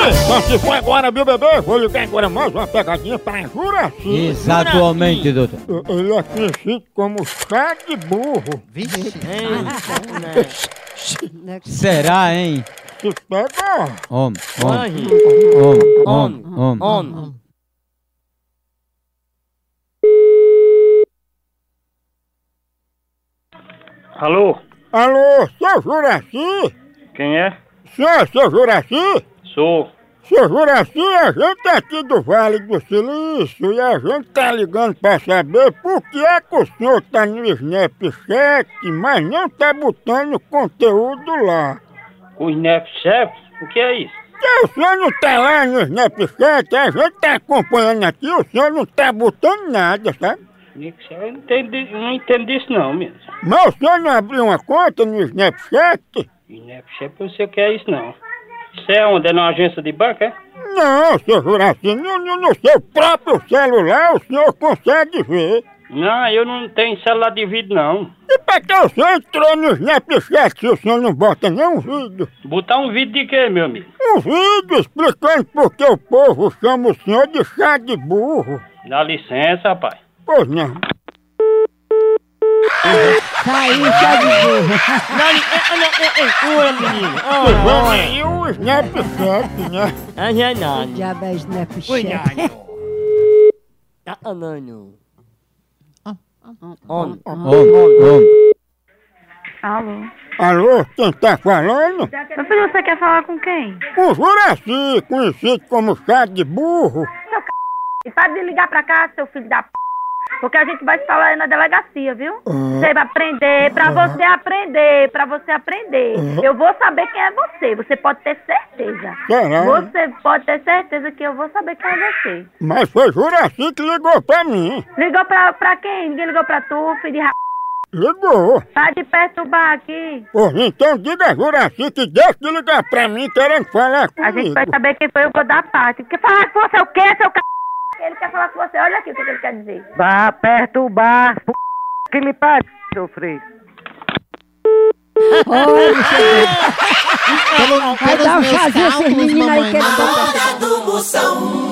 Só se for agora, viu, bebê? Vou ligar agora mais uma pegadinha pra Juraci. Exatamente, doutor. Ele é conhecido como chá de burro. Vixe. Será, hein? Se pega, Homem. Alô? alô, seu Juraci? Quem é? Seu Juraci? Sou. Seu Juraci, a gente é aqui do Vale do Silício e a gente tá ligando pra saber por que é que o senhor tá no Snapchat, mas não tá botando conteúdo lá. O Snapchat? O que é isso? Que o senhor não tá lá no Snapchat, a gente tá acompanhando aqui, o senhor não tá botando nada, sabe? Eu não entendo disso não, mesmo. Mas o senhor não abriu uma conta no Snapchat? Snapchat, eu não sei o que é isso não. Isso é onde? É numa agência de banco, é? Não, seu Juraci, no seu próprio celular o senhor consegue ver. Não, eu não tenho celular de vídeo não. E pra que o senhor entrou no Snapchat se o senhor não bota nenhum vídeo? Botar um vídeo de quê, meu amigo? Um vídeo explicando por que o povo chama o senhor de chá de burro. Dá licença, rapaz. Pois não. Saiu, chá de burro. Vamos aí o Snapchat, né? O diabo é Snapchat. Alô? Alô, quem tá falando? Meu filho, você quer falar com quem? O Juraci, conhecido como chá de burro. E para de ligar pra cá, seu filho da p... Porque a gente vai te falar aí na delegacia, viu? Você vai aprender, pra você aprender. Eu vou saber quem é você, você pode ter certeza. Será? Você pode ter certeza que eu vou saber quem é você. Mas foi Juraci que ligou pra mim. Ligou pra quem? Ninguém ligou pra tu, filho de ra... Ligou. Para de perturbar aqui. Pois então diga a Juraci que deixa de ligar pra mim querendo falar A gente comigo. vai saber quem foi, eu vou dar parte. Quer falar com você o quê, seu c... Ele quer falar com você, olha aqui o que ele quer dizer. Vá perturbar, que lhe pare, seu freio. Vai dar um chazinho esses meninos aí que ele...